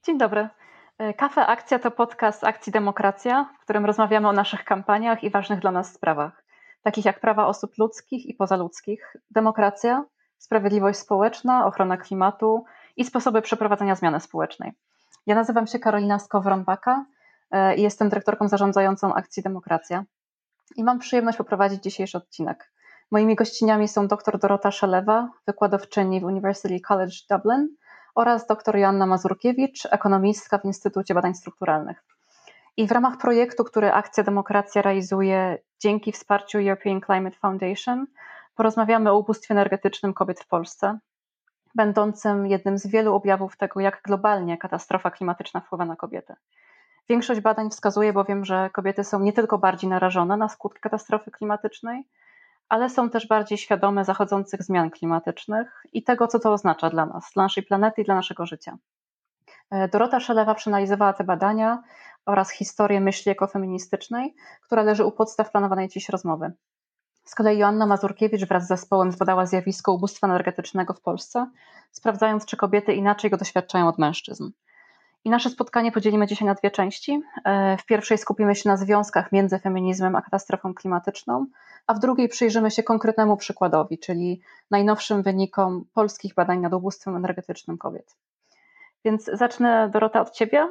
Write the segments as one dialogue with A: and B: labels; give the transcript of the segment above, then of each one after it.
A: Dzień dobry. Kafe Akcja to podcast Akcji Demokracja, w którym rozmawiamy o naszych kampaniach i ważnych dla nas sprawach, takich jak prawa osób ludzkich i pozaludzkich, demokracja, sprawiedliwość społeczna, ochrona klimatu i sposoby przeprowadzenia zmiany społecznej. Ja nazywam się Karolina Skowron-Baka i jestem dyrektorką zarządzającą Akcji Demokracja i mam przyjemność poprowadzić dzisiejszy odcinek. Moimi gościniami są dr Dorota Szelewa, wykładowczyni w University College Dublin oraz dr Joanna Mazurkiewicz, ekonomistka w Instytucie Badań Strukturalnych. I w ramach projektu, który Akcja Demokracja realizuje dzięki wsparciu European Climate Foundation, porozmawiamy o ubóstwie energetycznym kobiet w Polsce, będącym jednym z wielu objawów tego, jak globalnie katastrofa klimatyczna wpływa na kobiety. Większość badań wskazuje bowiem, że kobiety są nie tylko bardziej narażone na skutki katastrofy klimatycznej, ale są też bardziej świadome zachodzących zmian klimatycznych i tego, co to oznacza dla nas, dla naszej planety i dla naszego życia. Dorota Szelewa przeanalizowała te badania oraz historię myśli ekofeministycznej, która leży u podstaw planowanej dziś rozmowy. Z kolei Joanna Mazurkiewicz wraz z zespołem zbadała zjawisko ubóstwa energetycznego w Polsce, sprawdzając, czy kobiety inaczej go doświadczają od mężczyzn. I nasze spotkanie podzielimy dzisiaj na dwie części. W pierwszej skupimy się na związkach między feminizmem a katastrofą klimatyczną, a w drugiej przyjrzymy się konkretnemu przykładowi, czyli najnowszym wynikom polskich badań nad ubóstwem energetycznym kobiet. Więc zacznę, Dorota, od Ciebie.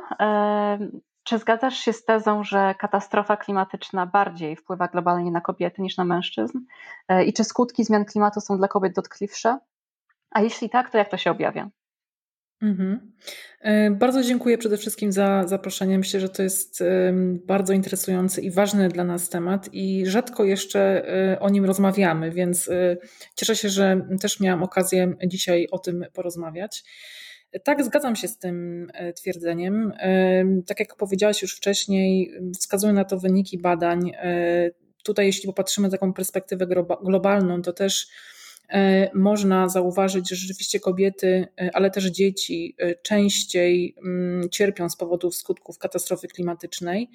A: Czy zgadzasz się z tezą, że katastrofa klimatyczna bardziej wpływa globalnie na kobiety niż na mężczyzn? I czy skutki zmian klimatu są dla kobiet dotkliwsze? A jeśli tak, to jak to się objawia?
B: Mhm. Bardzo dziękuję przede wszystkim za zaproszenie. Myślę, że to jest bardzo interesujący i ważny dla nas temat i rzadko jeszcze o nim rozmawiamy, więc cieszę się, że też miałam okazję dzisiaj o tym porozmawiać. Tak, zgadzam się z tym twierdzeniem. Tak jak powiedziałaś już wcześniej, wskazują na to wyniki badań. Tutaj, jeśli popatrzymy na taką perspektywę globalną, to też można zauważyć, że rzeczywiście kobiety, ale też dzieci częściej cierpią z powodu skutków katastrofy klimatycznej.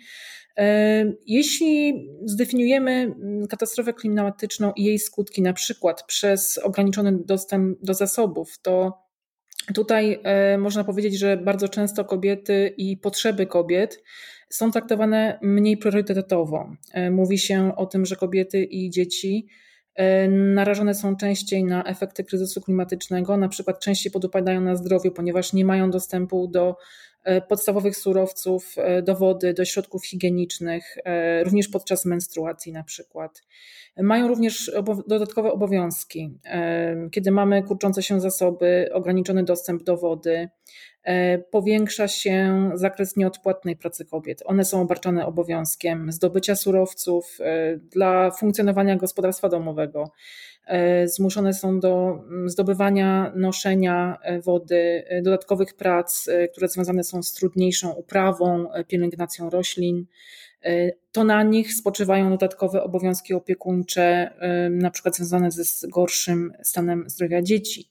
B: Jeśli zdefiniujemy katastrofę klimatyczną i jej skutki na przykład przez ograniczony dostęp do zasobów, to tutaj można powiedzieć, że bardzo często kobiety i potrzeby kobiet są traktowane mniej priorytetowo. Mówi się o tym, że kobiety i dzieci narażone są częściej na efekty kryzysu klimatycznego, na przykład częściej podupadają na zdrowiu, ponieważ nie mają dostępu do podstawowych surowców, do wody, do środków higienicznych, również podczas menstruacji na przykład. Mają również dodatkowe obowiązki. Kiedy mamy kurczące się zasoby, ograniczony dostęp do wody, powiększa się zakres nieodpłatnej pracy kobiet. One są obarczane obowiązkiem zdobycia surowców dla funkcjonowania gospodarstwa domowego. Zmuszone są do zdobywania, noszenia wody, dodatkowych prac, które związane są z trudniejszą uprawą, pielęgnacją roślin. To na nich spoczywają dodatkowe obowiązki opiekuńcze, na przykład związane z gorszym stanem zdrowia dzieci.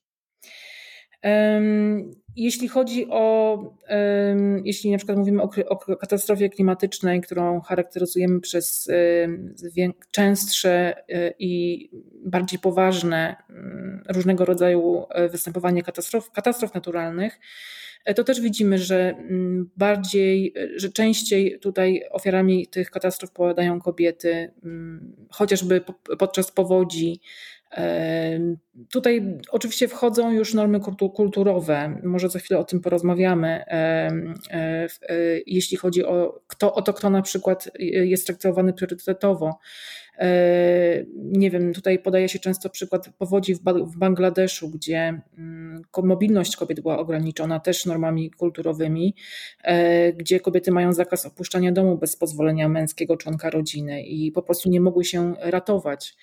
B: Jeśli chodzi jeśli na przykład mówimy o katastrofie klimatycznej, którą charakteryzujemy przez częstsze i bardziej poważne różnego rodzaju występowanie katastrof naturalnych, to też widzimy, że częściej tutaj ofiarami tych katastrof padają kobiety, chociażby podczas powodzi. Tutaj oczywiście wchodzą już normy kulturowe, może za chwilę o tym porozmawiamy, jeśli chodzi o to, kto na przykład jest traktowany priorytetowo. Nie wiem, tutaj podaje się często przykład powodzi w Bangladeszu, gdzie mobilność kobiet była ograniczona też normami kulturowymi, gdzie kobiety mają zakaz opuszczania domu bez pozwolenia męskiego członka rodziny i po prostu nie mogły się ratować.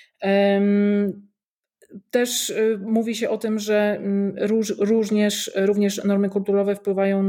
B: Też mówi się o tym, że również normy kulturowe wpływają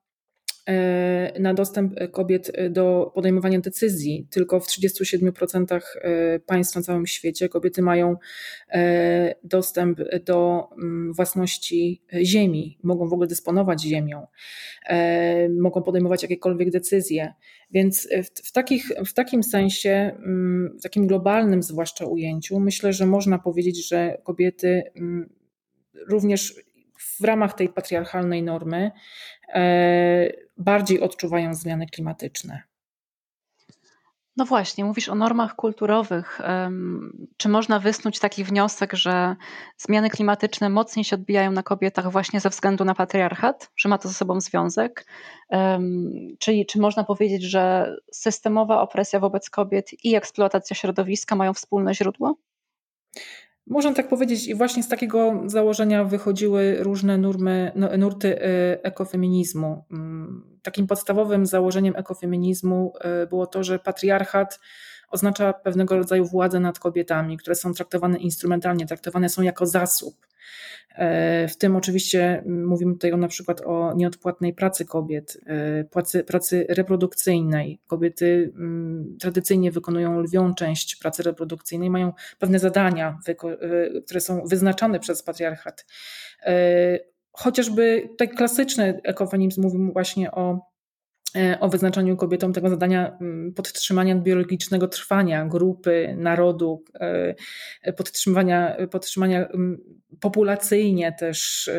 B: na dostęp kobiet do podejmowania decyzji. Tylko w 37% państw na całym świecie kobiety mają dostęp do własności ziemi, mogą w ogóle dysponować ziemią, mogą podejmować jakiekolwiek decyzje. Więc w takim sensie, w takim globalnym zwłaszcza ujęciu, myślę, że można powiedzieć, że kobiety również w ramach tej patriarchalnej normy bardziej odczuwają zmiany klimatyczne.
A: No właśnie, mówisz o normach kulturowych. Czy można wysnuć taki wniosek, że zmiany klimatyczne mocniej się odbijają na kobietach właśnie ze względu na patriarchat, że ma to ze sobą związek? Czy można powiedzieć, że systemowa opresja wobec kobiet i eksploatacja środowiska mają wspólne źródło?
B: Można tak powiedzieć i właśnie z takiego założenia wychodziły różne nurty ekofeminizmu. Takim podstawowym założeniem ekofeminizmu było to, że patriarchat oznacza pewnego rodzaju władzę nad kobietami, które są traktowane instrumentalnie, traktowane są jako zasób. W tym oczywiście mówimy tutaj na przykład o nieodpłatnej pracy kobiet, pracy reprodukcyjnej. Kobiety tradycyjnie wykonują lwią część pracy reprodukcyjnej, mają pewne zadania, które są wyznaczane przez patriarchat. Chociażby tak klasyczny ekofeminizm mówił właśnie o wyznaczaniu kobietom tego zadania podtrzymania biologicznego trwania grupy, narodu, podtrzymania populacyjnie też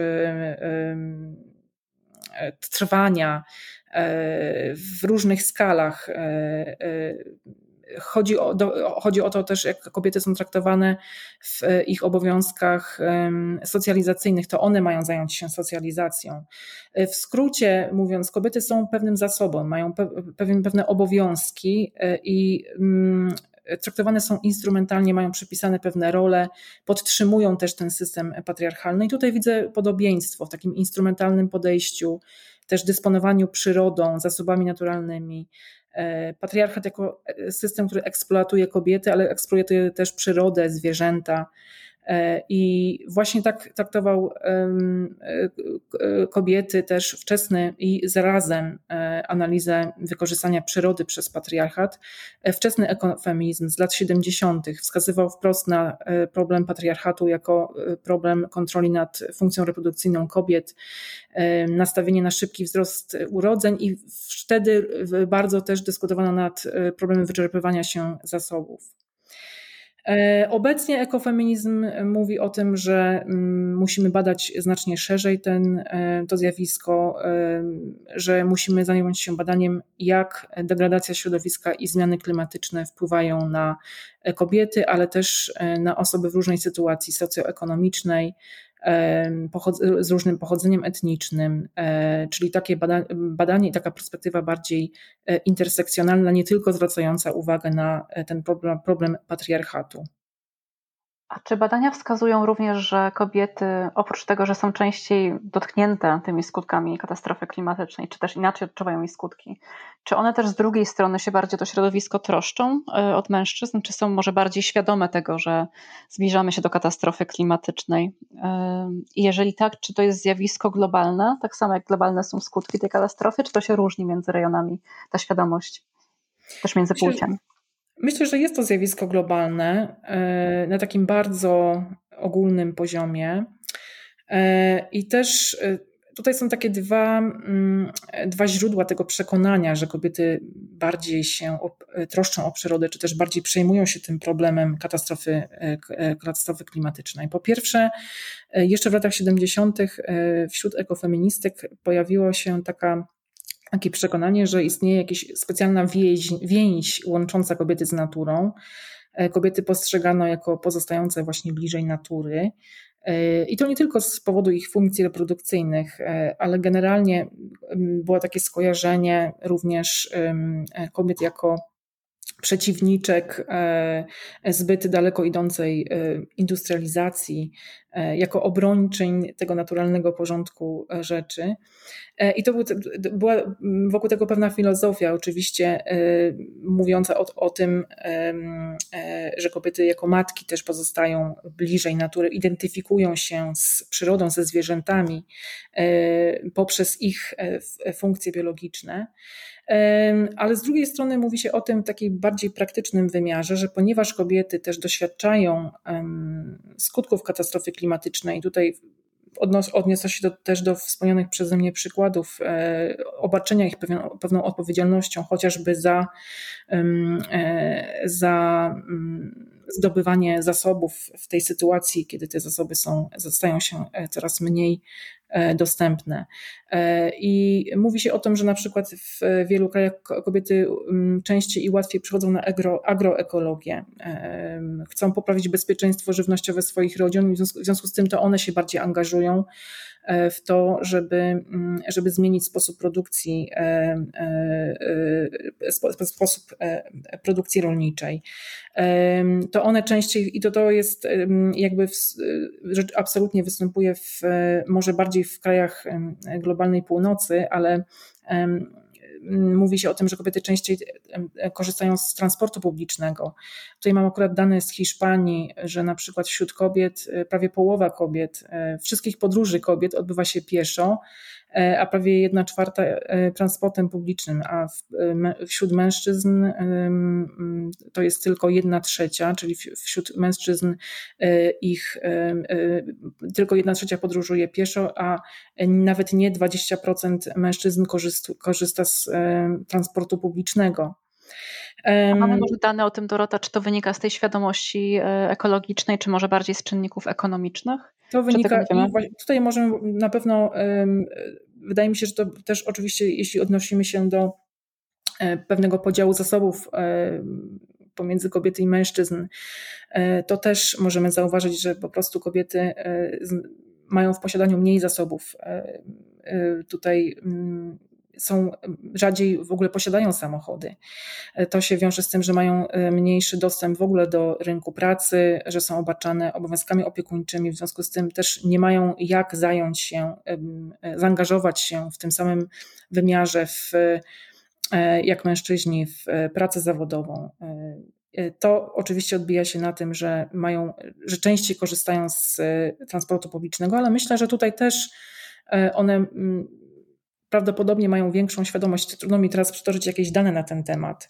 B: trwania w różnych skalach. Chodzi o to też, jak kobiety są traktowane w ich obowiązkach socjalizacyjnych, to one mają zająć się socjalizacją. W skrócie mówiąc, kobiety są pewnym zasobem, mają pewne obowiązki i traktowane są instrumentalnie, mają przypisane pewne role, podtrzymują też ten system patriarchalny. I tutaj widzę podobieństwo w takim instrumentalnym podejściu, też dysponowaniu przyrodą, zasobami naturalnymi. Patriarchat jako system, który eksploatuje kobiety, ale eksploatuje też przyrodę, zwierzęta. I właśnie tak traktował kobiety też wczesny i zarazem analizę wykorzystania przyrody przez patriarchat. Wczesny ekofeminizm z lat 70. wskazywał wprost na problem patriarchatu jako problem kontroli nad funkcją reprodukcyjną kobiet, nastawienie na szybki wzrost urodzeń i wtedy bardzo też dyskutowano nad problemem wyczerpywania się zasobów. Obecnie ekofeminizm mówi o tym, że musimy badać znacznie szerzej to zjawisko, że musimy zająć się badaniem, jak degradacja środowiska i zmiany klimatyczne wpływają na kobiety, ale też na osoby w różnej sytuacji socjoekonomicznej, z różnym pochodzeniem etnicznym, czyli takie badanie i taka perspektywa bardziej intersekcjonalna, nie tylko zwracająca uwagę na ten problem patriarchatu.
A: A czy badania wskazują również, że kobiety, oprócz tego, że są częściej dotknięte tymi skutkami katastrofy klimatycznej, czy też inaczej odczuwają jej skutki, czy one też z drugiej strony się bardziej to środowisko troszczą od mężczyzn, czy są może bardziej świadome tego, że zbliżamy się do katastrofy klimatycznej? I jeżeli tak, czy to jest zjawisko globalne, tak samo jak globalne są skutki tej katastrofy, czy to się różni między rejonami, ta świadomość, też między płciami?
B: Myślę, że jest to zjawisko globalne na takim bardzo ogólnym poziomie i też tutaj są takie dwa źródła tego przekonania, że kobiety bardziej się troszczą o przyrodę, czy też bardziej przejmują się tym problemem katastrofy klimatycznej. Po pierwsze, jeszcze w latach 70. Wśród ekofeministek pojawiło się takie przekonanie, że istnieje jakaś specjalna więź łącząca kobiety z naturą. Kobiety postrzegano jako pozostające właśnie bliżej natury. I to nie tylko z powodu ich funkcji reprodukcyjnych, ale generalnie było takie skojarzenie również kobiet jako przeciwniczek zbyt daleko idącej industrializacji, jako obrończyń tego naturalnego porządku rzeczy. I to była wokół tego pewna filozofia, oczywiście mówiąca o tym, że kobiety jako matki też pozostają bliżej natury, identyfikują się z przyrodą, ze zwierzętami poprzez ich funkcje biologiczne. Ale z drugiej strony mówi się o tym w takim bardziej praktycznym wymiarze, że ponieważ kobiety też doświadczają skutków katastrofy klimatycznej, tutaj odniosę się też do wspomnianych przeze mnie przykładów obarczenia ich pewną odpowiedzialnością, chociażby za zdobywanie zasobów w tej sytuacji, kiedy te zasoby stają się coraz mniej dostępne. I mówi się o tym, że na przykład w wielu krajach kobiety częściej i łatwiej przychodzą na agroekologię. Chcą poprawić bezpieczeństwo żywnościowe swoich rodzin, w związku z tym to one się bardziej angażują w to, żeby zmienić sposób produkcji, rolniczej. To one częściej, i to jest jakby rzecz absolutnie występuje może bardziej w krajach globalnej północy, ale mówi się o tym, że kobiety częściej korzystają z transportu publicznego. Tutaj mam akurat dane z Hiszpanii, że na przykład wśród kobiet, prawie połowa kobiet, wszystkich podróży kobiet odbywa się pieszo, a prawie 1/4 transportem publicznym, a wśród mężczyzn to jest tylko 1/3, czyli wśród mężczyzn tylko 1/3 podróżuje pieszo, a nawet nie 20% mężczyzn korzysta z transportu publicznego.
A: A mamy może dane o tym, Dorota, czy to wynika z tej świadomości ekologicznej, czy może bardziej z czynników ekonomicznych?
B: To wynika, tutaj możemy na pewno, wydaje mi się, że to też oczywiście, jeśli odnosimy się do pewnego podziału zasobów pomiędzy kobiety i mężczyzn, to też możemy zauważyć, że po prostu kobiety mają w posiadaniu mniej zasobów. Tutaj rzadziej w ogóle posiadają samochody. To się wiąże z tym, że mają mniejszy dostęp w ogóle do rynku pracy, że są obarczane obowiązkami opiekuńczymi, w związku z tym też nie mają jak zaangażować się w tym samym wymiarze jak mężczyźni w pracę zawodową. To oczywiście odbija się na tym, że częściej korzystają z transportu publicznego, ale myślę, że tutaj też one prawdopodobnie mają większą świadomość. Trudno mi teraz przytoczyć jakieś dane na ten temat.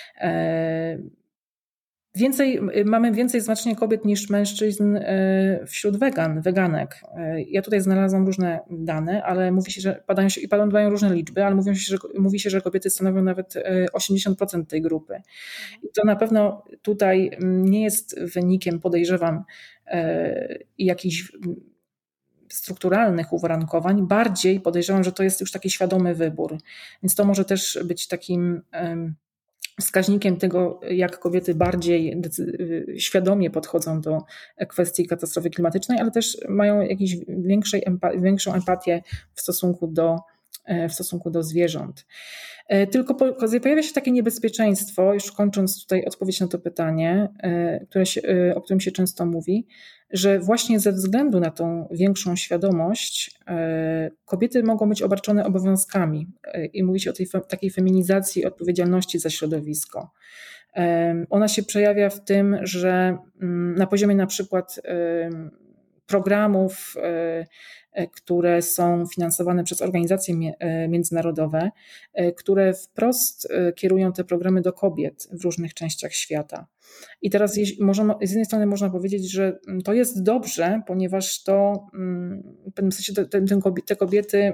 B: Mamy więcej znacznie kobiet niż mężczyzn wśród weganek. Ja tutaj znalazłam różne dane, ale padają różne liczby, ale mówi się, że kobiety stanowią nawet 80% tej grupy. I to na pewno tutaj nie jest wynikiem, podejrzewam, jakichś strukturalnych uwarunkowań, bardziej podejrzewam, że to jest już taki świadomy wybór. Więc to może też być takim wskaźnikiem tego, jak kobiety bardziej świadomie podchodzą do kwestii katastrofy klimatycznej, ale też mają jakąś większą empatię w stosunku do zwierząt. Tylko pojawia się takie niebezpieczeństwo, już kończąc tutaj odpowiedź na to pytanie, o którym się często mówi, że właśnie ze względu na tą większą świadomość kobiety mogą być obarczone obowiązkami i mówi się o tej takiej feminizacji odpowiedzialności za środowisko. Ona się przejawia w tym, że na poziomie na przykład programów, które są finansowane przez organizacje międzynarodowe, które wprost kierują te programy do kobiet w różnych częściach świata. I teraz z jednej strony można powiedzieć, że to jest dobrze, ponieważ to w pewnym sensie te kobiety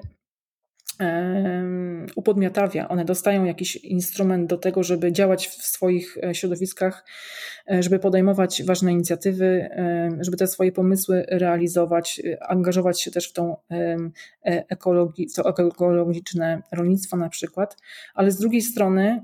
B: upodmiotawia. One dostają jakiś instrument do tego, żeby działać w swoich środowiskach, żeby podejmować ważne inicjatywy, żeby te swoje pomysły realizować, angażować się też w to ekologiczne rolnictwo na przykład, ale z drugiej strony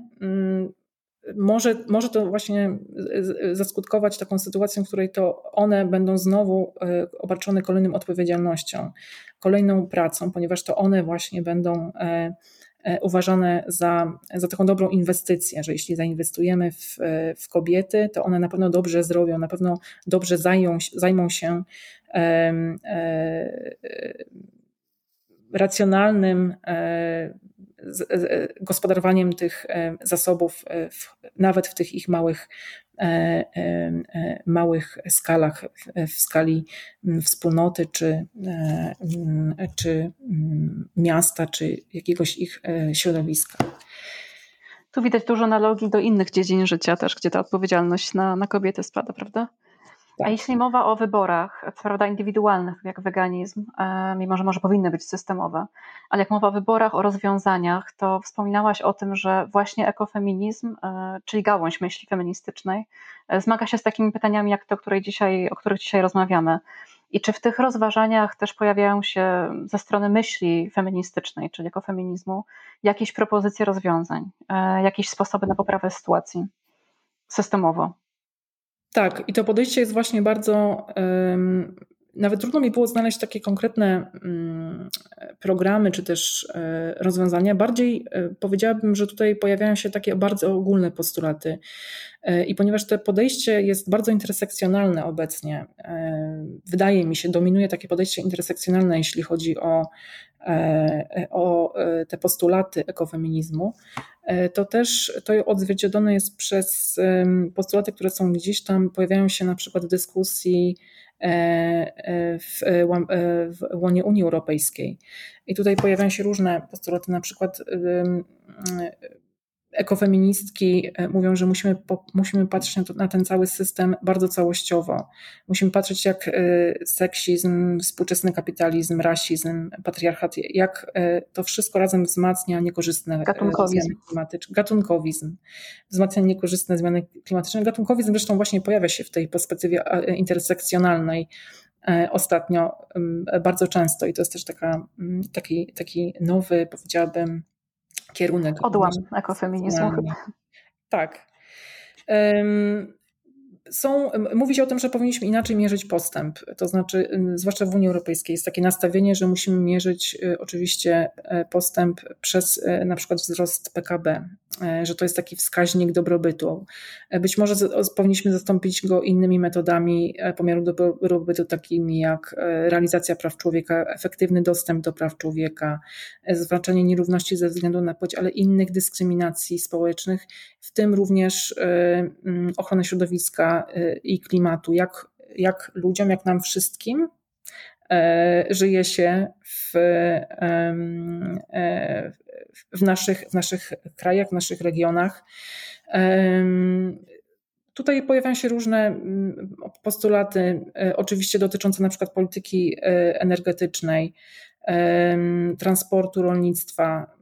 B: może to właśnie zaskutkować taką sytuacją, w której to one będą znowu obarczone kolejną odpowiedzialnością, kolejną pracą, ponieważ to one właśnie będą uważane za taką dobrą inwestycję, że jeśli zainwestujemy w kobiety, to one na pewno dobrze zrobią, na pewno dobrze zajmą się racjonalnym gospodarowaniem tych zasobów, nawet w tych ich małych skalach, w skali wspólnoty, czy miasta, czy jakiegoś ich środowiska.
A: Tu widać dużo analogii do innych dziedzin życia też, gdzie ta odpowiedzialność na kobiety spada, prawda? Tak. A jeśli mowa o wyborach, co prawda indywidualnych, jak weganizm, mimo że może powinny być systemowe, ale jak mowa o wyborach, o rozwiązaniach, to wspominałaś o tym, że właśnie ekofeminizm, czyli gałąź myśli feministycznej, zmaga się z takimi pytaniami jak te, o których dzisiaj rozmawiamy. I czy w tych rozważaniach też pojawiają się ze strony myśli feministycznej, czyli ekofeminizmu, jakieś propozycje rozwiązań, jakieś sposoby na poprawę sytuacji systemowo?
B: Tak, i to podejście jest właśnie bardzo. Nawet trudno mi było znaleźć takie konkretne programy czy też rozwiązania. Bardziej powiedziałabym, że tutaj pojawiają się takie bardzo ogólne postulaty. I ponieważ to podejście jest bardzo intersekcjonalne obecnie, wydaje mi się, dominuje takie podejście intersekcjonalne, jeśli chodzi o te postulaty ekofeminizmu, to też to odzwierciedlone jest przez postulaty, które są gdzieś tam, pojawiają się na przykład w dyskusji w łonie Unii Europejskiej. I tutaj pojawiają się różne postulaty, na przykład ekofeministki mówią, że musimy patrzeć na ten cały system bardzo całościowo. Musimy patrzeć, jak seksizm, współczesny kapitalizm, rasizm, patriarchat, jak to wszystko razem wzmacnia niekorzystne zmiany klimatyczne. Gatunkowizm. Wzmacnia niekorzystne zmiany klimatyczne. Gatunkowizm zresztą właśnie pojawia się w tej perspektywie intersekcjonalnej ostatnio bardzo często i to jest też taki nowy, powiedziałabym, kierunek.
A: Odłam ekofeminizmu chyba.
B: Tak. Mówi się o tym, że powinniśmy inaczej mierzyć postęp. To znaczy, zwłaszcza w Unii Europejskiej, jest takie nastawienie, że musimy mierzyć oczywiście postęp przez na przykład wzrost PKB, że to jest taki wskaźnik dobrobytu. Być może powinniśmy zastąpić go innymi metodami pomiaru dobrobytu, takimi jak realizacja praw człowieka, efektywny dostęp do praw człowieka, zwalczanie nierówności ze względu na płeć, ale innych dyskryminacji społecznych, w tym również ochronę środowiska i klimatu, jak ludziom, jak nam wszystkim żyje się w naszych krajach, w naszych regionach. Tutaj pojawiają się różne postulaty, oczywiście dotyczące na przykład polityki energetycznej, transportu, rolnictwa.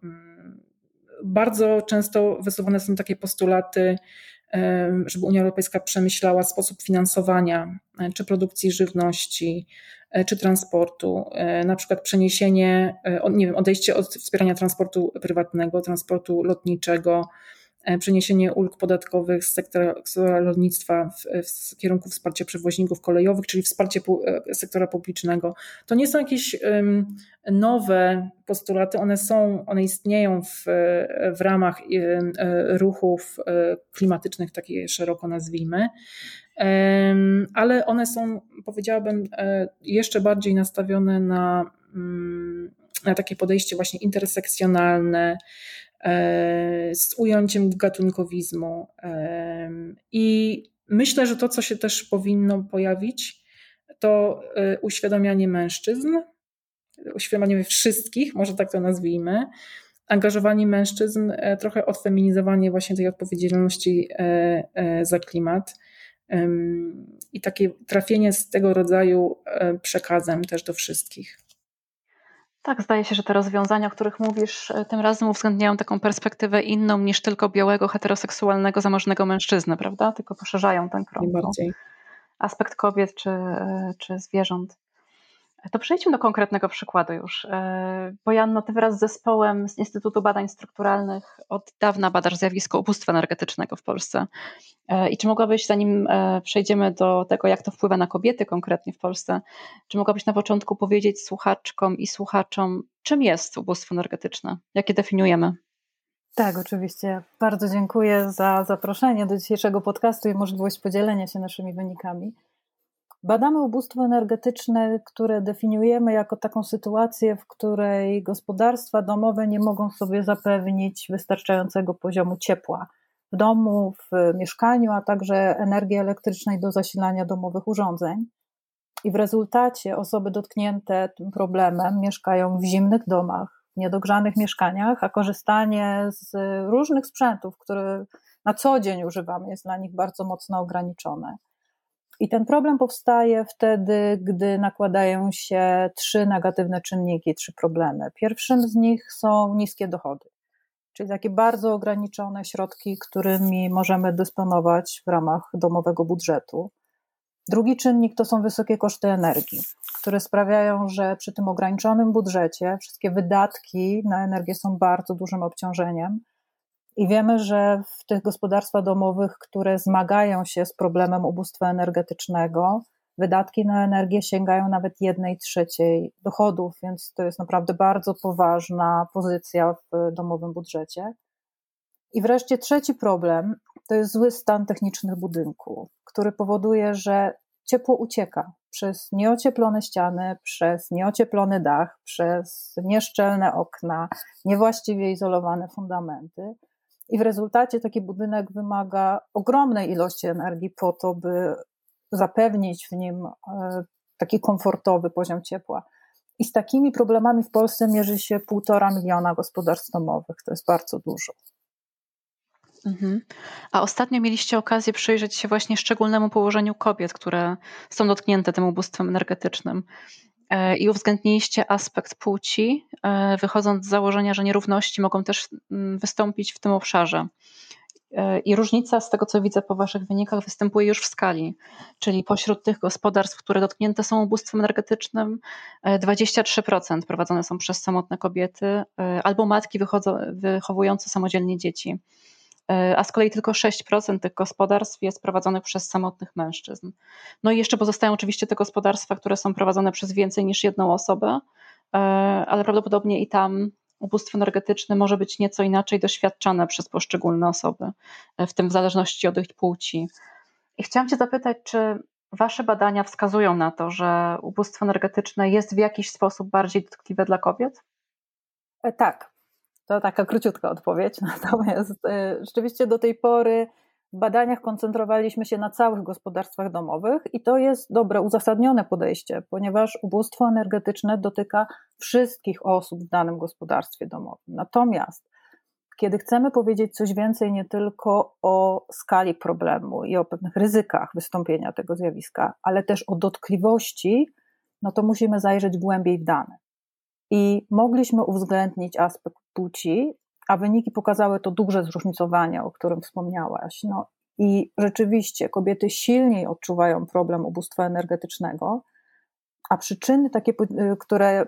B: Bardzo często wysuwane są takie postulaty, żeby Unia Europejska przemyślała sposób finansowania czy produkcji żywności, czy transportu, na przykład przeniesienie, odejście od wspierania transportu prywatnego, transportu lotniczego, przeniesienie ulg podatkowych z sektora lotnictwa w kierunku wsparcia przewoźników kolejowych, czyli wsparcie sektora publicznego. To nie są jakieś nowe postulaty, one istnieją w ramach ruchów klimatycznych, takie szeroko nazwijmy, ale one są, powiedziałabym, jeszcze bardziej nastawione na takie podejście właśnie intersekcjonalne, z ujęciem gatunkowizmu. I myślę, że to, co się też powinno pojawić, to uświadamianie mężczyzn, uświadamianie wszystkich, może tak to nazwijmy, angażowanie mężczyzn, trochę odfeminizowanie właśnie tej odpowiedzialności za klimat i takie trafienie z tego rodzaju przekazem też do wszystkich.
A: Tak, zdaje się, że te rozwiązania, o których mówisz, tym razem uwzględniają taką perspektywę inną niż tylko białego, heteroseksualnego, zamożnego mężczyznę, prawda? Tylko poszerzają ten krąg. Aspekt kobiet czy zwierząt. To przejdźmy do konkretnego przykładu już. Bo Joanno, ty wraz z zespołem z Instytutu Badań Strukturalnych od dawna badasz zjawisko ubóstwa energetycznego w Polsce. I czy mogłabyś, zanim przejdziemy do tego, jak to wpływa na kobiety konkretnie w Polsce, czy mogłabyś na początku powiedzieć słuchaczkom i słuchaczom, czym jest ubóstwo energetyczne? Jak je definiujemy?
C: Tak, oczywiście. Bardzo dziękuję za zaproszenie do dzisiejszego podcastu i możliwość podzielenia się naszymi wynikami. Badamy ubóstwo energetyczne, które definiujemy jako taką sytuację, w której gospodarstwa domowe nie mogą sobie zapewnić wystarczającego poziomu ciepła w domu, w mieszkaniu, a także energii elektrycznej do zasilania domowych urządzeń. I w rezultacie osoby dotknięte tym problemem mieszkają w zimnych domach, w niedogrzanych mieszkaniach, a korzystanie z różnych sprzętów, które na co dzień używamy, jest dla nich bardzo mocno ograniczone. I ten problem powstaje wtedy, gdy nakładają się 3 negatywne czynniki, 3 problemy. Pierwszym z nich są niskie dochody, czyli takie bardzo ograniczone środki, którymi możemy dysponować w ramach domowego budżetu. Drugi czynnik to są wysokie koszty energii, które sprawiają, że przy tym ograniczonym budżecie wszystkie wydatki na energię są bardzo dużym obciążeniem. I wiemy, że w tych gospodarstwach domowych, które zmagają się z problemem ubóstwa energetycznego, wydatki na energię sięgają nawet 1/3 dochodów, więc to jest naprawdę bardzo poważna pozycja w domowym budżecie. I wreszcie trzeci problem to jest zły stan techniczny budynku, który powoduje, że ciepło ucieka przez nieocieplone ściany, przez nieocieplony dach, przez nieszczelne okna, niewłaściwie izolowane fundamenty. I w rezultacie taki budynek wymaga ogromnej ilości energii po to, by zapewnić w nim taki komfortowy poziom ciepła. I z takimi problemami w Polsce mierzy się 1,5 miliona gospodarstw domowych. To jest bardzo dużo.
A: A ostatnio mieliście okazję przyjrzeć się właśnie szczególnemu położeniu kobiet, które są dotknięte tym ubóstwem energetycznym. I uwzględniliście aspekt płci, wychodząc z założenia, że nierówności mogą też wystąpić w tym obszarze. I różnica, z tego co widzę po waszych wynikach, występuje już w skali, czyli pośród tych gospodarstw, które dotknięte są ubóstwem energetycznym, 23% prowadzone są przez samotne kobiety albo matki wychowujące samodzielnie dzieci, a z kolei tylko 6% tych gospodarstw jest prowadzonych przez samotnych mężczyzn. No i jeszcze pozostają oczywiście te gospodarstwa, które są prowadzone przez więcej niż jedną osobę, ale prawdopodobnie i tam ubóstwo energetyczne może być nieco inaczej doświadczane przez poszczególne osoby, w tym w zależności od ich płci. I chciałam cię zapytać, czy wasze badania wskazują na to, że ubóstwo energetyczne jest w jakiś sposób bardziej dotkliwe dla kobiet?
C: Tak, to taka króciutka odpowiedź. Natomiast rzeczywiście do tej pory w badaniach koncentrowaliśmy się na całych gospodarstwach domowych i to jest dobre, uzasadnione podejście, ponieważ ubóstwo energetyczne dotyka wszystkich osób w danym gospodarstwie domowym. Natomiast kiedy chcemy powiedzieć coś więcej nie tylko o skali problemu i o pewnych ryzykach wystąpienia tego zjawiska, ale też o dotkliwości, no to musimy zajrzeć głębiej w dane. I mogliśmy uwzględnić aspekt płci, a wyniki pokazały to duże zróżnicowanie, o którym wspomniałaś. No i rzeczywiście kobiety silniej odczuwają problem ubóstwa energetycznego, a przyczyny takie, które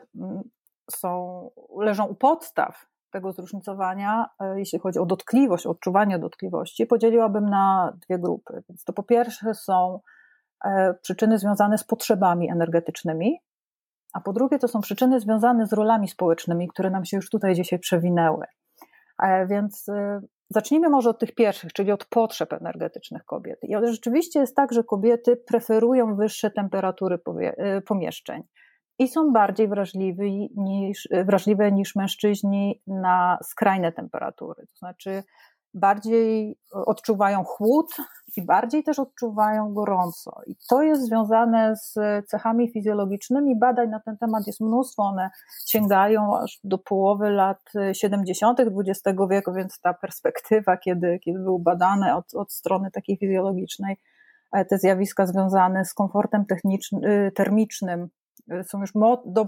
C: leżą u podstaw tego zróżnicowania, jeśli chodzi o dotkliwość, odczuwanie dotkliwości, podzieliłabym na dwie grupy. Więc to po pierwsze są przyczyny związane z potrzebami energetycznymi, a po drugie to są przyczyny związane z rolami społecznymi, które nam się już tutaj dzisiaj przewinęły. Więc zacznijmy może od tych pierwszych, czyli od potrzeb energetycznych kobiet. I rzeczywiście jest tak, że kobiety preferują wyższe temperatury pomieszczeń i są bardziej wrażliwe niż mężczyźni na skrajne temperatury. To znaczy bardziej odczuwają chłód i bardziej też odczuwają gorąco. I to jest związane z cechami fizjologicznymi. Badań na ten temat jest mnóstwo. One sięgają aż do połowy lat 70. XX wieku, więc ta perspektywa, kiedy były badane od strony takiej fizjologicznej te zjawiska związane z komfortem termicznym są już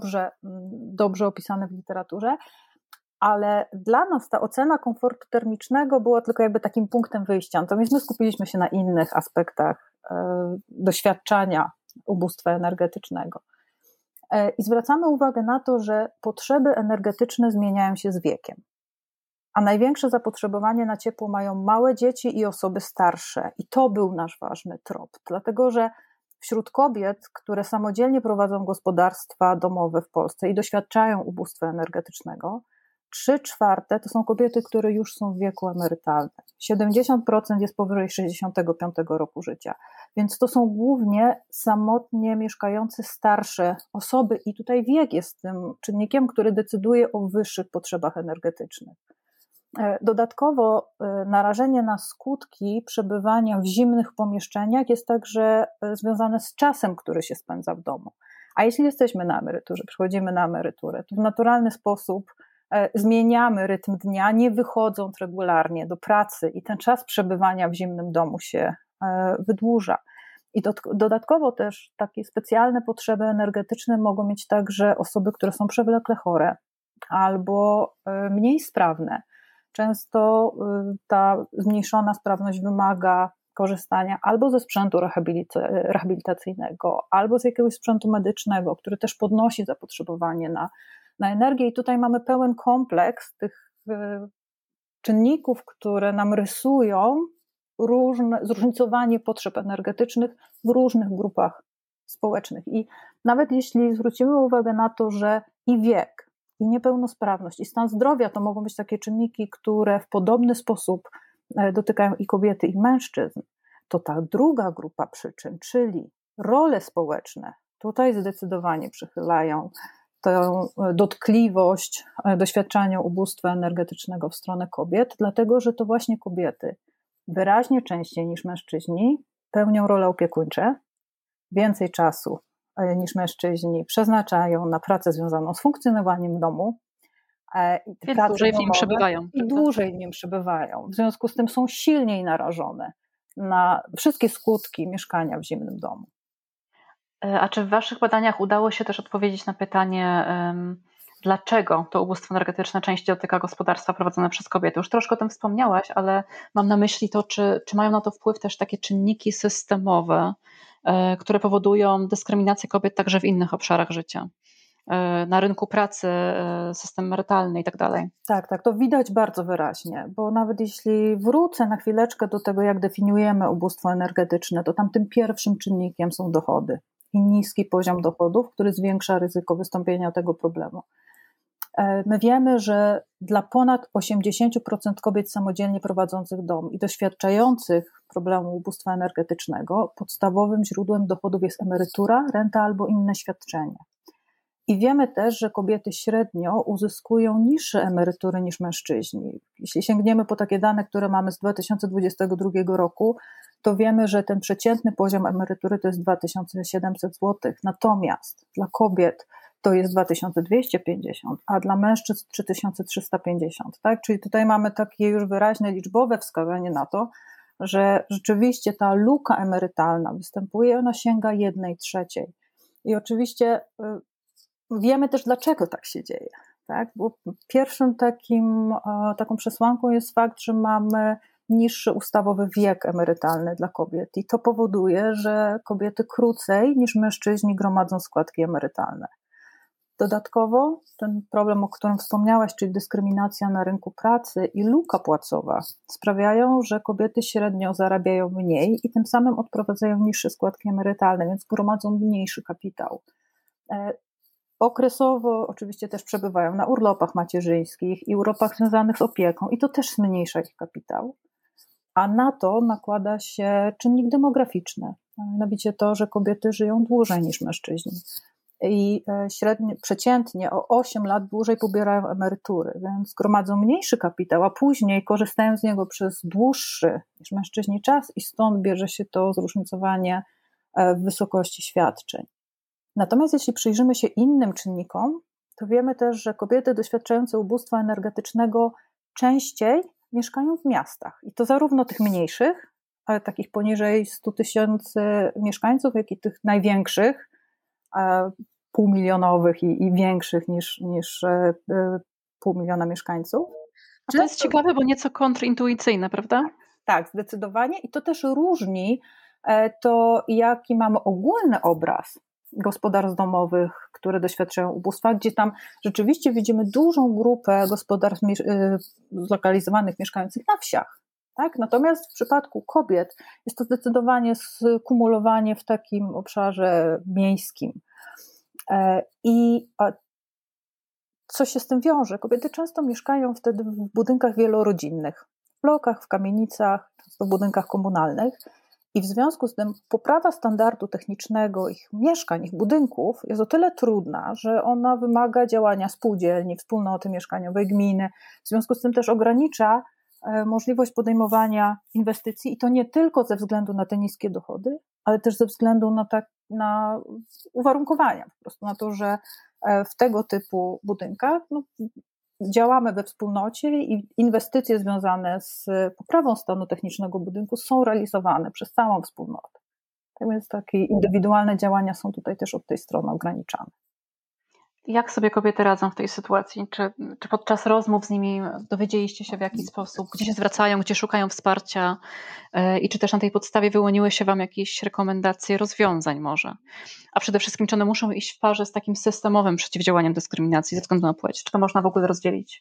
C: dobrze opisane w literaturze. Ale dla nas ta ocena komfortu termicznego była tylko jakby takim punktem wyjścia. Natomiast my skupiliśmy się na innych aspektach doświadczania ubóstwa energetycznego. I zwracamy uwagę na to, że potrzeby energetyczne zmieniają się z wiekiem. A największe zapotrzebowanie na ciepło mają małe dzieci i osoby starsze. I to był nasz ważny trop. Dlatego, że wśród kobiet, które samodzielnie prowadzą gospodarstwa domowe w Polsce i doświadczają ubóstwa energetycznego, 3/4 to są kobiety, które już są w wieku emerytalnym. 70% jest powyżej 65 roku życia. Więc to są głównie samotnie mieszkające starsze osoby i tutaj wiek jest tym czynnikiem, który decyduje o wyższych potrzebach energetycznych. Dodatkowo narażenie na skutki przebywania w zimnych pomieszczeniach jest także związane z czasem, który się spędza w domu. A jeśli jesteśmy na emeryturze, przychodzimy na emeryturę, to w naturalny sposób zmieniamy rytm dnia, nie wychodząc regularnie do pracy i ten czas przebywania w zimnym domu się wydłuża. I dodatkowo też takie specjalne potrzeby energetyczne mogą mieć także osoby, które są przewlekle chore albo mniej sprawne. Często ta zmniejszona sprawność wymaga korzystania albo ze sprzętu rehabilitacyjnego, albo z jakiegoś sprzętu medycznego, który też podnosi zapotrzebowanie na energię. I tutaj mamy pełen kompleks tych czynników, które nam rysują zróżnicowanie potrzeb energetycznych w różnych grupach społecznych. I nawet jeśli zwrócimy uwagę na to, że i wiek, i niepełnosprawność, i stan zdrowia to mogą być takie czynniki, które w podobny sposób dotykają i kobiety, i mężczyzn, to ta druga grupa przyczyn, czyli role społeczne, tutaj zdecydowanie przychylają tę dotkliwość doświadczania ubóstwa energetycznego w stronę kobiet, dlatego że to właśnie kobiety wyraźnie częściej niż mężczyźni pełnią role opiekuńcze, więcej czasu niż mężczyźni przeznaczają na pracę związaną z funkcjonowaniem domu.
A: Więc dłużej w nim przebywają.
C: I dłużej w nim przebywają. W związku z tym są silniej narażone na wszystkie skutki mieszkania w zimnym domu.
A: A czy w waszych badaniach udało się też odpowiedzieć na pytanie, dlaczego to ubóstwo energetyczne częściej dotyka gospodarstwa prowadzone przez kobiety? Już troszkę o tym wspomniałaś, ale mam na myśli to, czy mają na to wpływ też takie czynniki systemowe, które powodują dyskryminację kobiet także w innych obszarach życia, na rynku pracy, system emerytalny i tak dalej.
C: Tak, to widać bardzo wyraźnie, bo nawet jeśli wrócę na chwileczkę do tego, jak definiujemy ubóstwo energetyczne, to tam tym pierwszym czynnikiem są dochody i niski poziom dochodów, który zwiększa ryzyko wystąpienia tego problemu. My wiemy, że dla ponad 80% kobiet samodzielnie prowadzących dom i doświadczających problemu ubóstwa energetycznego podstawowym źródłem dochodów jest emerytura, renta albo inne świadczenie. I wiemy też, że kobiety średnio uzyskują niższe emerytury niż mężczyźni. Jeśli sięgniemy po takie dane, które mamy z 2022 roku, to wiemy, że ten przeciętny poziom emerytury to jest 2700 zł, natomiast dla kobiet to jest 2250, a dla mężczyzn 3350. Tak? Czyli tutaj mamy takie już wyraźne liczbowe wskazanie na to, że rzeczywiście ta luka emerytalna występuje, ona sięga 1/3. I oczywiście wiemy też, dlaczego tak się dzieje. Tak? Bo pierwszym taką przesłanką jest fakt, że mamy niższy ustawowy wiek emerytalny dla kobiet i to powoduje, że kobiety krócej niż mężczyźni gromadzą składki emerytalne. Dodatkowo ten problem, o którym wspomniałaś, czyli dyskryminacja na rynku pracy i luka płacowa sprawiają, że kobiety średnio zarabiają mniej i tym samym odprowadzają niższe składki emerytalne, więc gromadzą mniejszy kapitał. Okresowo oczywiście też przebywają na urlopach macierzyńskich i urlopach związanych z opieką i to też zmniejsza ich kapitał. A na to nakłada się czynnik demograficzny, mianowicie to, że kobiety żyją dłużej niż mężczyźni i przeciętnie o 8 lat dłużej pobierają emerytury, więc gromadzą mniejszy kapitał, a później korzystają z niego przez dłuższy niż mężczyźni czas i stąd bierze się to zróżnicowanie w wysokości świadczeń. Natomiast jeśli przyjrzymy się innym czynnikom, to wiemy też, że kobiety doświadczające ubóstwa energetycznego częściej mieszkają w miastach. I to zarówno tych mniejszych, ale takich poniżej 100 000 mieszkańców, jak i tych największych, półmilionowych i większych niż 500 000 mieszkańców.
A: A to jest ciekawe, bo nieco kontrintuicyjne, prawda?
C: Tak, zdecydowanie. I to też różni to, jaki mamy ogólny obraz gospodarstw domowych, które doświadczają ubóstwa, gdzie tam rzeczywiście widzimy dużą grupę gospodarstw zlokalizowanych mieszkających na wsiach. Tak? Natomiast w przypadku kobiet jest to zdecydowanie skumulowanie w takim obszarze miejskim. I co się z tym wiąże? Kobiety często mieszkają wtedy w budynkach wielorodzinnych, w blokach, w kamienicach, często w budynkach komunalnych. I w związku z tym poprawa standardu technicznego ich mieszkań, ich budynków jest o tyle trudna, że ona wymaga działania spółdzielni, wspólnoty mieszkaniowej, gminy. W związku z tym też ogranicza możliwość podejmowania inwestycji i to nie tylko ze względu na te niskie dochody, ale też ze względu na uwarunkowania, po prostu na to, że w tego typu budynkach działamy we wspólnocie i inwestycje związane z poprawą stanu technicznego budynku są realizowane przez całą wspólnotę. Tak więc takie indywidualne działania są tutaj też od tej strony ograniczane.
A: Jak sobie kobiety radzą w tej sytuacji? Czy podczas rozmów z nimi dowiedzieliście się w jaki sposób, gdzie się zwracają, gdzie szukają wsparcia i czy też na tej podstawie wyłoniły się Wam jakieś rekomendacje rozwiązań może? A przede wszystkim, czy one muszą iść w parze z takim systemowym przeciwdziałaniem dyskryminacji ze względu na płeć? Czy to można w ogóle rozdzielić?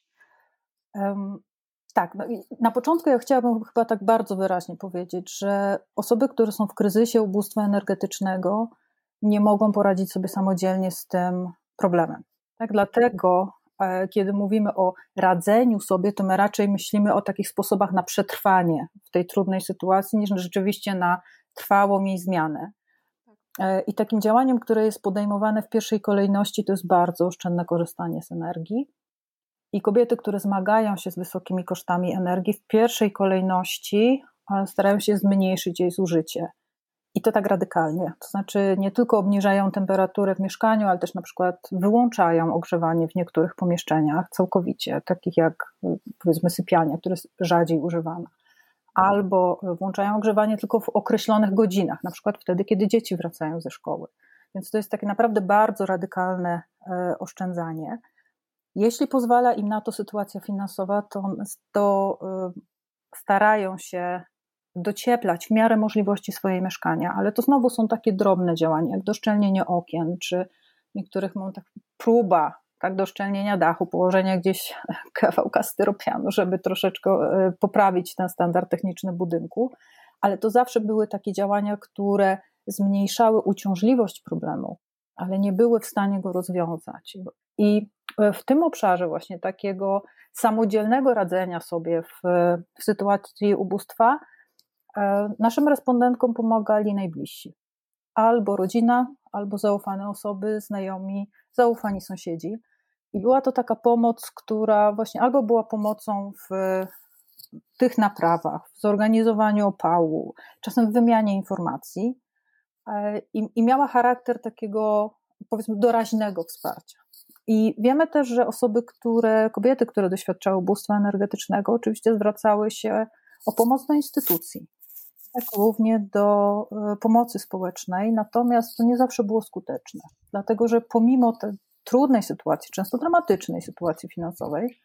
C: Tak, no i na początku ja chciałabym chyba tak bardzo wyraźnie powiedzieć, że osoby, które są w kryzysie ubóstwa energetycznego, nie mogą poradzić sobie samodzielnie z tym problemem. Tak, dlatego kiedy mówimy o radzeniu sobie, to my raczej myślimy o takich sposobach na przetrwanie w tej trudnej sytuacji, niż rzeczywiście na trwałą jej zmianę. I takim działaniem, które jest podejmowane w pierwszej kolejności, to jest bardzo oszczędne korzystanie z energii. I kobiety, które zmagają się z wysokimi kosztami energii, w pierwszej kolejności starają się zmniejszyć jej zużycie. I to tak radykalnie. To znaczy nie tylko obniżają temperaturę w mieszkaniu, ale też na przykład wyłączają ogrzewanie w niektórych pomieszczeniach całkowicie, takich jak powiedzmy sypialnia, które jest rzadziej używana. Albo włączają ogrzewanie tylko w określonych godzinach, na przykład wtedy, kiedy dzieci wracają ze szkoły. Więc to jest takie naprawdę bardzo radykalne oszczędzanie. Jeśli pozwala im na to sytuacja finansowa, to starają się docieplać w miarę możliwości swoje mieszkania, ale to znowu są takie drobne działania, jak doszczelnienie okien, czy niektórych mam tak próba doszczelnienia dachu, położenia gdzieś kawałka styropianu, żeby troszeczkę poprawić ten standard techniczny budynku, ale to zawsze były takie działania, które zmniejszały uciążliwość problemu, ale nie były w stanie go rozwiązać. I w tym obszarze właśnie takiego samodzielnego radzenia sobie w sytuacji ubóstwa naszym respondentkom pomagali najbliżsi. Albo rodzina, albo zaufane osoby, znajomi, zaufani sąsiedzi. I była to taka pomoc, która właśnie albo była pomocą w tych naprawach, w zorganizowaniu opału, czasem w wymianie informacji i miała charakter takiego, powiedzmy, doraźnego wsparcia. I wiemy też, że kobiety, które doświadczały ubóstwa energetycznego, oczywiście zwracały się o pomoc do instytucji, tak, głównie do pomocy społecznej, natomiast to nie zawsze było skuteczne, dlatego że pomimo tej trudnej sytuacji, często dramatycznej sytuacji finansowej,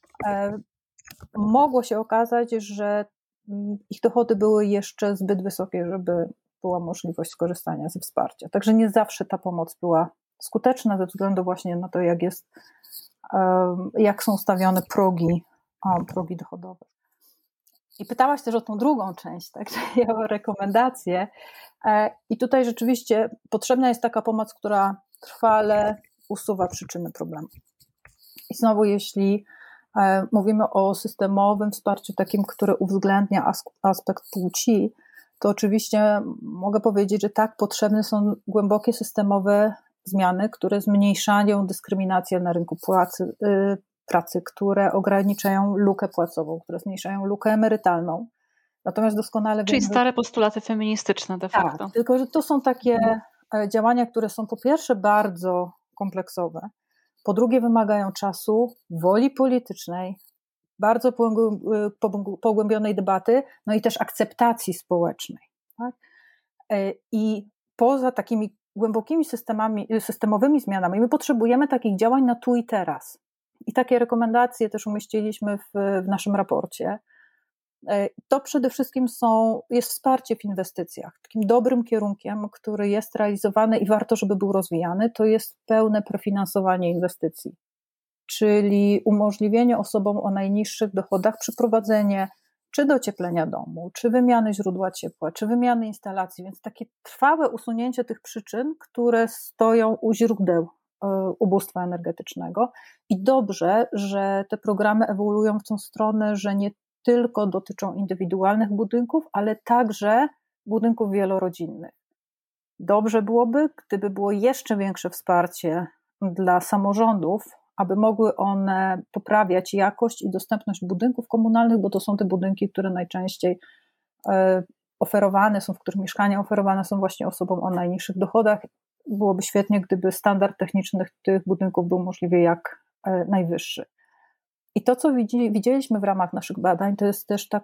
C: mogło się okazać, że ich dochody były jeszcze zbyt wysokie, żeby była możliwość skorzystania ze wsparcia. Także nie zawsze ta pomoc była skuteczna ze względu właśnie na to, jak są ustawione progi dochodowe. I pytałaś też o tą drugą część, tak, czyli o rekomendacje. I tutaj rzeczywiście potrzebna jest taka pomoc, która trwale usuwa przyczyny problemu. I znowu, jeśli mówimy o systemowym wsparciu takim, które uwzględnia aspekt płci, to oczywiście mogę powiedzieć, że tak, potrzebne są głębokie systemowe zmiany, które zmniejszają dyskryminację na rynku pracy, które ograniczają lukę płacową, które zmniejszają lukę emerytalną. Natomiast doskonale
A: Czyli
C: wiemy,
A: stare postulaty feministyczne de facto.
C: Tak, tylko że to są takie działania, które są po pierwsze bardzo kompleksowe, po drugie wymagają czasu, woli politycznej, bardzo pogłębionej debaty, no i też akceptacji społecznej. Tak? I poza takimi głębokimi systemowymi zmianami my potrzebujemy takich działań na tu i teraz. I takie rekomendacje też umieściliśmy w naszym raporcie. To przede wszystkim jest wsparcie w inwestycjach. Takim dobrym kierunkiem, który jest realizowany i warto, żeby był rozwijany, to jest pełne prefinansowanie inwestycji. Czyli umożliwienie osobom o najniższych dochodach przeprowadzenie czy docieplenia domu, czy wymiany źródła ciepła, czy wymiany instalacji, więc takie trwałe usunięcie tych przyczyn, które stoją u źródeł ubóstwa energetycznego. I dobrze, że te programy ewoluują w tą stronę, że nie tylko dotyczą indywidualnych budynków, ale także budynków wielorodzinnych. Dobrze byłoby, gdyby było jeszcze większe wsparcie dla samorządów, aby mogły one poprawiać jakość i dostępność budynków komunalnych, bo to są te budynki, które najczęściej oferowane są, w których mieszkania oferowane są właśnie osobom o najniższych dochodach. Byłoby świetnie, gdyby standard techniczny tych budynków był możliwie jak najwyższy. I to, co widzieliśmy w ramach naszych badań, to jest też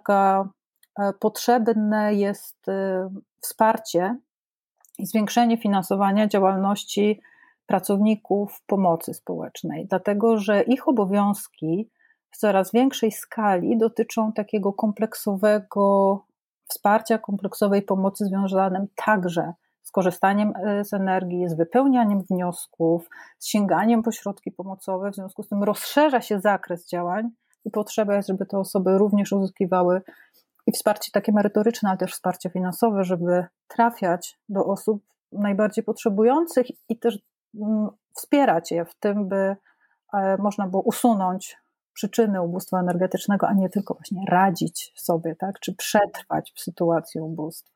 C: potrzebne jest wsparcie i zwiększenie finansowania działalności pracowników pomocy społecznej, dlatego że ich obowiązki w coraz większej skali dotyczą takiego kompleksowego wsparcia, kompleksowej pomocy związanej także z korzystaniem z energii, z wypełnianiem wniosków, z sięganiem po środki pomocowe. W związku z tym rozszerza się zakres działań i potrzeba jest, żeby te osoby również uzyskiwały i wsparcie takie merytoryczne, ale też wsparcie finansowe, żeby trafiać do osób najbardziej potrzebujących i też wspierać je w tym, by można było usunąć przyczyny ubóstwa energetycznego, a nie tylko właśnie radzić sobie, tak, czy przetrwać w sytuacji ubóstwa.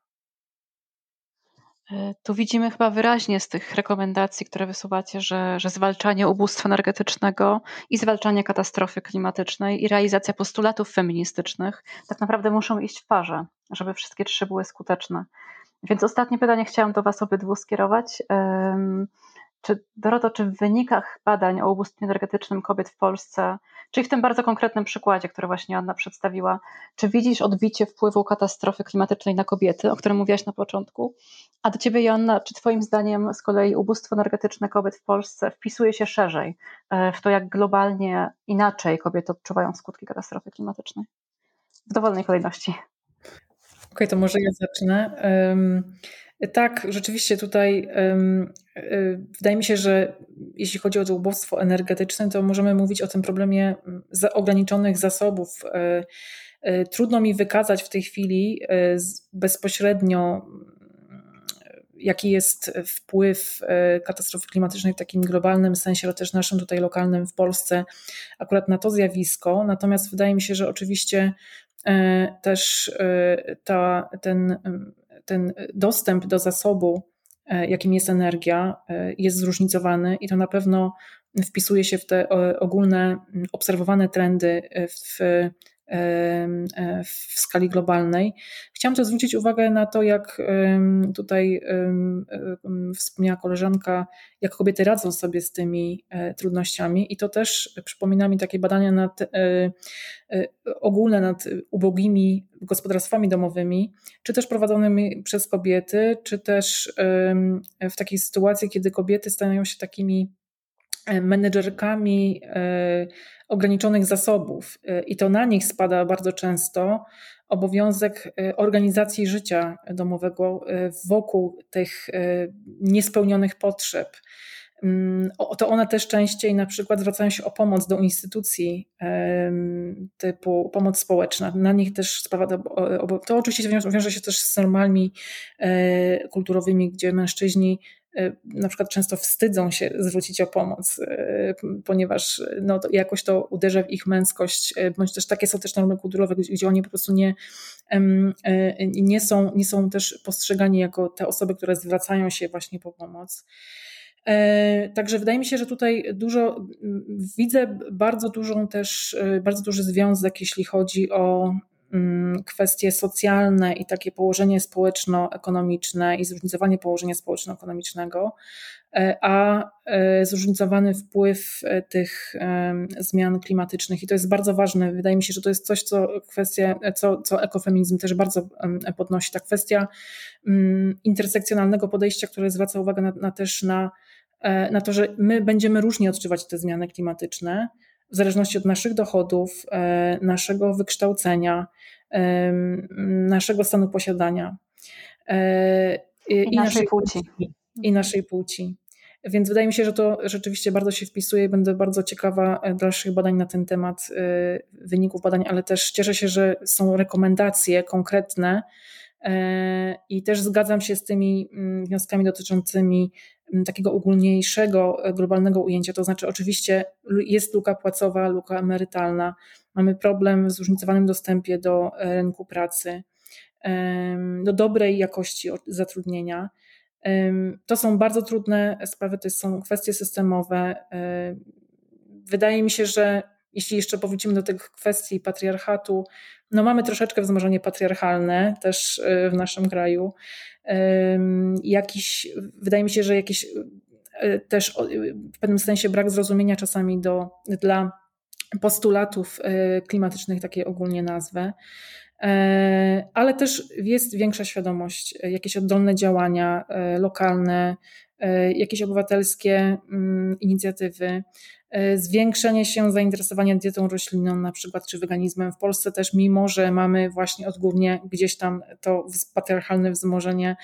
A: Tu widzimy chyba wyraźnie z tych rekomendacji, które wysuwacie, że zwalczanie ubóstwa energetycznego i zwalczanie katastrofy klimatycznej i realizacja postulatów feministycznych tak naprawdę muszą iść w parze, żeby wszystkie trzy były skuteczne. Więc ostatnie pytanie chciałam do Was obydwu skierować. Doroto, czy w wynikach badań o ubóstwie energetycznym kobiet w Polsce, czyli w tym bardzo konkretnym przykładzie, który właśnie Anna przedstawiła, czy widzisz odbicie wpływu katastrofy klimatycznej na kobiety, o którym mówiłaś na początku? A do Ciebie, Joanna, czy Twoim zdaniem z kolei ubóstwo energetyczne kobiet w Polsce wpisuje się szerzej w to, jak globalnie inaczej kobiety odczuwają skutki katastrofy klimatycznej? W dowolnej kolejności.
B: Okej, to może ja zacznę. Tak, rzeczywiście tutaj wydaje mi się, że jeśli chodzi o to ubóstwo energetyczne, to możemy mówić o tym problemie ograniczonych zasobów. Trudno mi wykazać w tej chwili bezpośrednio, jaki jest wpływ katastrofy klimatycznej w takim globalnym sensie, ale też naszym tutaj lokalnym w Polsce akurat na to zjawisko. Natomiast wydaje mi się, że oczywiście też ten dostęp do zasobu, jakim jest energia, jest zróżnicowany i to na pewno wpisuje się w te ogólne obserwowane trendy w skali globalnej. Chciałam też zwrócić uwagę na to, jak tutaj wspomniała koleżanka, jak kobiety radzą sobie z tymi trudnościami i to też przypomina mi takie badania ogólne nad ubogimi gospodarstwami domowymi, czy też prowadzonymi przez kobiety, czy też w takiej sytuacji, kiedy kobiety stają się takimi menedżerkami ograniczonych zasobów i to na nich spada bardzo często obowiązek organizacji życia domowego wokół tych niespełnionych potrzeb. To one też częściej na przykład zwracają się o pomoc do instytucji typu pomoc społeczna. Na nich też spada, to oczywiście wiąże się też z normami kulturowymi, gdzie mężczyźni na przykład często wstydzą się zwrócić o pomoc, ponieważ no, to jakoś to uderza w ich męskość, bądź też takie są też normy kulturowe, gdzie oni po prostu nie są też postrzegani jako te osoby, które zwracają się właśnie po pomoc. Także wydaje mi się, że tutaj widzę bardzo duży związek, jeśli chodzi o kwestie socjalne i takie położenie społeczno-ekonomiczne i zróżnicowanie położenia społeczno-ekonomicznego, a zróżnicowany wpływ tych zmian klimatycznych. I to jest bardzo ważne. Wydaje mi się, że to jest coś, co ekofeminizm też bardzo podnosi. Ta kwestia intersekcjonalnego podejścia, które zwraca uwagę też na to, że my będziemy różnie odczuwać te zmiany klimatyczne, w zależności od naszych dochodów, naszego wykształcenia, naszego stanu posiadania
A: i naszej płci.
B: I naszej płci. Więc wydaje mi się, że to rzeczywiście bardzo się wpisuje. Będę bardzo ciekawa dalszych badań na ten temat, wyników badań, ale też cieszę się, że są rekomendacje konkretne i też zgadzam się z tymi wnioskami dotyczącymi takiego ogólniejszego, globalnego ujęcia. To znaczy oczywiście jest luka płacowa, luka emerytalna, mamy problem w zróżnicowanym dostępie do rynku pracy, do dobrej jakości zatrudnienia. To są bardzo trudne sprawy, to są kwestie systemowe. Wydaje mi się, że jeśli jeszcze powrócimy do tych kwestii patriarchatu, no mamy troszeczkę wzmożenie patriarchalne też w naszym kraju. Wydaje mi się, że jakiś też w pewnym sensie brak zrozumienia czasami dla postulatów klimatycznych, takie ogólnie nazwę. Ale też jest większa świadomość, jakieś oddolne działania lokalne, jakieś obywatelskie inicjatywy, zwiększenie się zainteresowania dietą roślinną na przykład, czy weganizmem. W Polsce też, mimo że mamy właśnie odgórnie gdzieś tam to patriarchalne wzmożenie,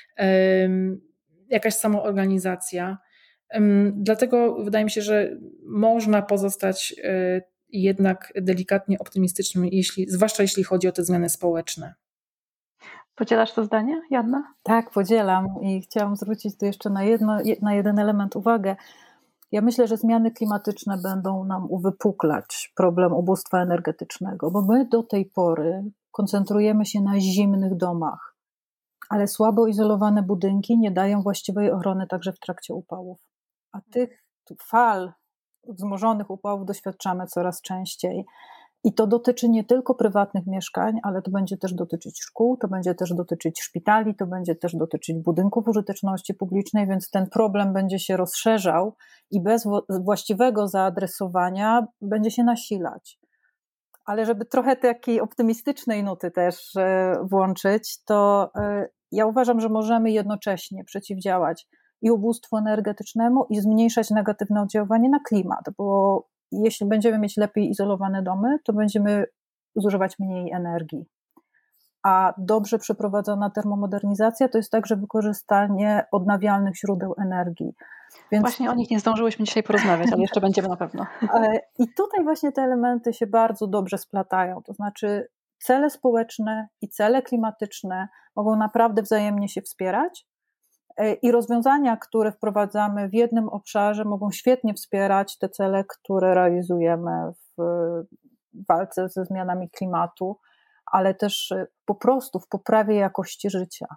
B: jakaś samoorganizacja. Dlatego wydaje mi się, że można pozostać jednak delikatnie optymistycznym, zwłaszcza jeśli chodzi o te zmiany społeczne.
A: Podzielasz to zdanie, Joanna?
C: Tak, podzielam i chciałam zwrócić tu jeszcze na jeden element uwagę. Ja myślę, że zmiany klimatyczne będą nam uwypuklać problem ubóstwa energetycznego, bo my do tej pory koncentrujemy się na zimnych domach, ale słabo izolowane budynki nie dają właściwej ochrony także w trakcie upałów. A tych fal wzmożonych upałów doświadczamy coraz częściej. I to dotyczy nie tylko prywatnych mieszkań, ale to będzie też dotyczyć szkół, to będzie też dotyczyć szpitali, to będzie też dotyczyć budynków użyteczności publicznej, więc ten problem będzie się rozszerzał i bez właściwego zaadresowania będzie się nasilać. Ale żeby trochę takiej optymistycznej nuty też włączyć, to ja uważam, że możemy jednocześnie przeciwdziałać i ubóstwu energetycznemu i zmniejszać negatywne oddziaływanie na klimat, bo jeśli będziemy mieć lepiej izolowane domy, to będziemy zużywać mniej energii. A dobrze przeprowadzona termomodernizacja to jest także wykorzystanie odnawialnych źródeł energii.
A: Więc... Właśnie o nich nie zdążyłyśmy dzisiaj porozmawiać, ale jeszcze będziemy na pewno.
C: I tutaj właśnie te elementy się bardzo dobrze splatają, to znaczy cele społeczne i cele klimatyczne mogą naprawdę wzajemnie się wspierać i rozwiązania, które wprowadzamy w jednym obszarze, mogą świetnie wspierać te cele, które realizujemy w walce ze zmianami klimatu, ale też po prostu w poprawie jakości życia.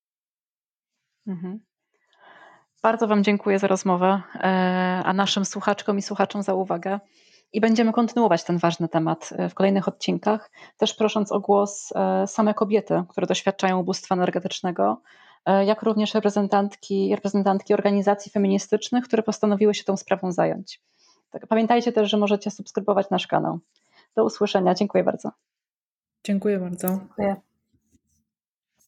A: Mhm. Bardzo Wam dziękuję za rozmowę, a naszym słuchaczkom i słuchaczom za uwagę. I będziemy kontynuować ten ważny temat w kolejnych odcinkach, też prosząc o głos same kobiety, które doświadczają ubóstwa energetycznego, jak również reprezentantki organizacji feministycznych, które postanowiły się tą sprawą zająć. Tak, pamiętajcie też, że możecie subskrybować nasz kanał. Do usłyszenia. Dziękuję bardzo.
B: Dziękuję bardzo.
C: Dziękuję.